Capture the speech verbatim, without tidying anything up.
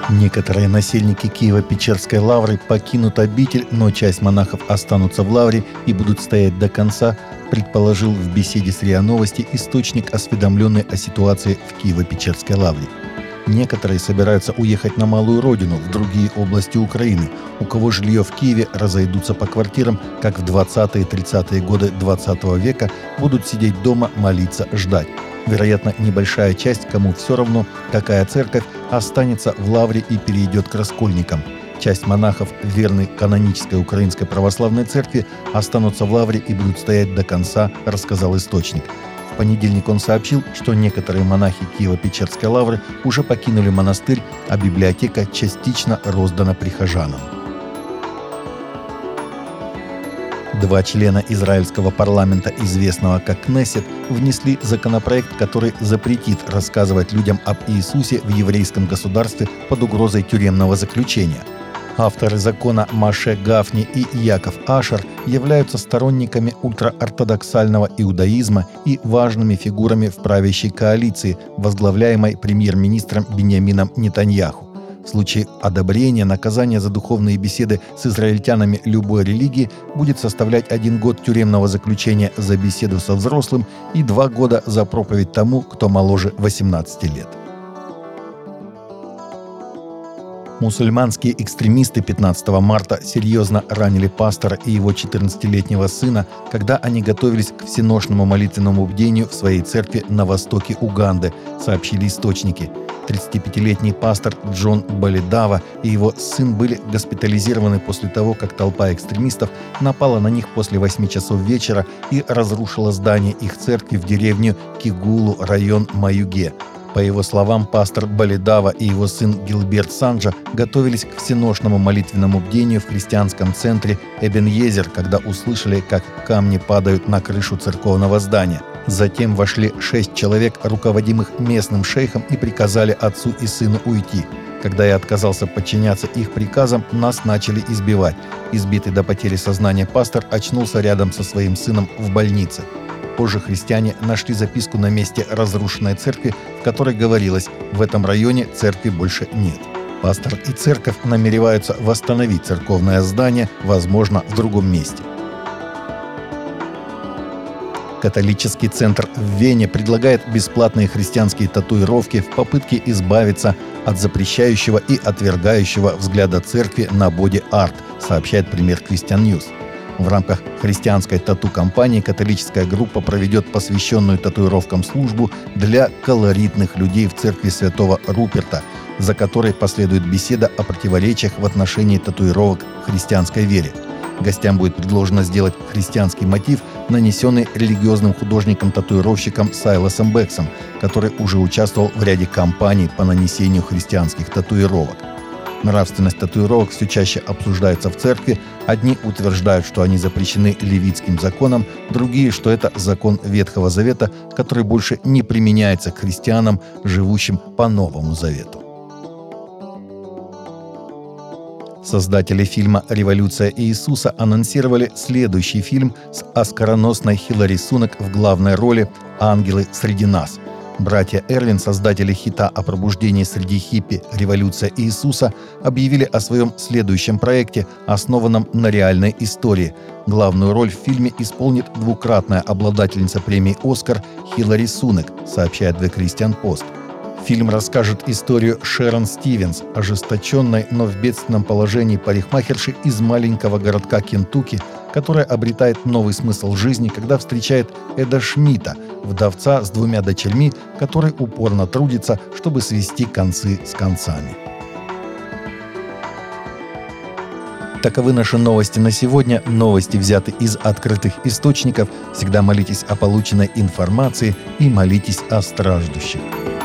Некоторые насельники Киево-Печерской лавры покинут обитель, но часть монахов останутся в лавре и будут стоять до конца, предположил в беседе с РИА Новости источник, осведомленный о ситуации в Киево-Печерской лавре. Некоторые собираются уехать на малую родину, в другие области Украины. У кого жилье в Киеве, разойдутся по квартирам, как в двадцатые-тридцатые годы двадцатого века, будут сидеть дома, молиться, ждать. Вероятно, небольшая часть, кому все равно, какая церковь, останется в лавре и перейдет к раскольникам. Часть монахов, верной канонической украинской православной церкви, останутся в лавре и будут стоять до конца, рассказал источник. В понедельник он сообщил, что некоторые монахи Киево-Печерской лавры уже покинули монастырь, а библиотека частично роздана прихожанам. Два члена израильского парламента, известного как Кнессет, внесли законопроект, который запретит рассказывать людям об Иисусе в еврейском государстве под угрозой тюремного заключения. Авторы закона Моше Гафни и Яков Ашер являются сторонниками ультраортодоксального иудаизма и важными фигурами в правящей коалиции, возглавляемой премьер-министром Биньямином Нетаньяху. В случае одобрения наказание за духовные беседы с израильтянами любой религии будет составлять один год тюремного заключения за беседу со взрослым и два года за проповедь тому, кто моложе восемнадцати лет. Мусульманские экстремисты пятнадцатого марта серьезно ранили пастора и его четырнадцатилетнего сына, когда они готовились к всеношному молитвенному бдению в своей церкви на востоке Уганды, сообщили источники. тридцатипятилетний пастор Джон Балидава и его сын были госпитализированы после того, как толпа экстремистов напала на них после восьми часов вечера и разрушила здание их церкви в деревню Кигулу, район Маюге. По его словам, пастор Балидава и его сын Гилберт Санджа готовились к всеношному молитвенному бдению в христианском центре Эбен-Езер, когда услышали, как камни падают на крышу церковного здания. Затем вошли шесть человек, руководимых местным шейхом, и приказали отцу и сыну уйти. Когда я отказался подчиняться их приказам, нас начали избивать. Избитый до потери сознания пастор очнулся рядом со своим сыном в больнице. Позже христиане нашли записку на месте разрушенной церкви, в которой говорилось: в этом районе церкви больше нет. Пастор и церковь намереваются восстановить церковное здание, возможно, в другом месте. Католический центр в Вене предлагает бесплатные христианские татуировки в попытке избавиться от запрещающего и отвергающего взгляда церкви на боди-арт, сообщает премьер Christian News. В рамках христианской тату-компании католическая группа проведет посвященную татуировкам службу для колоритных людей в церкви святого Руперта, за которой последует беседа о противоречиях в отношении татуировок в христианской вере. Гостям будет предложено сделать христианский мотив, нанесенный религиозным художником-татуировщиком Сайлосом Бексом, который уже участвовал в ряде кампаний по нанесению христианских татуировок. Нравственность татуировок все чаще обсуждается в церкви. Одни утверждают, что они запрещены левитским законом, другие, что это закон Ветхого Завета, который больше не применяется к христианам, живущим по Новому Завету. Создатели фильма «Революция Иисуса» анонсировали следующий фильм с оскароносной Хилари Сунак в главной роли «Ангелы среди нас». Братья Эрвин, создатели хита о пробуждении среди хиппи «Революция Иисуса», объявили о своем следующем проекте, основанном на реальной истории. Главную роль в фильме исполнит двукратная обладательница премии «Оскар» Хилари Сунак, сообщает The Christian Post. Фильм расскажет историю Шерон Стивенс, ожесточенной, но в бедственном положении парикмахерши из маленького городка Кентукки, которая обретает новый смысл жизни, когда встречает Эда Шмидта, вдовца с двумя дочерьми, который упорно трудится, чтобы свести концы с концами. Таковы наши новости на сегодня. Новости взяты из открытых источников. Всегда молитесь о полученной информации и молитесь о страждущих.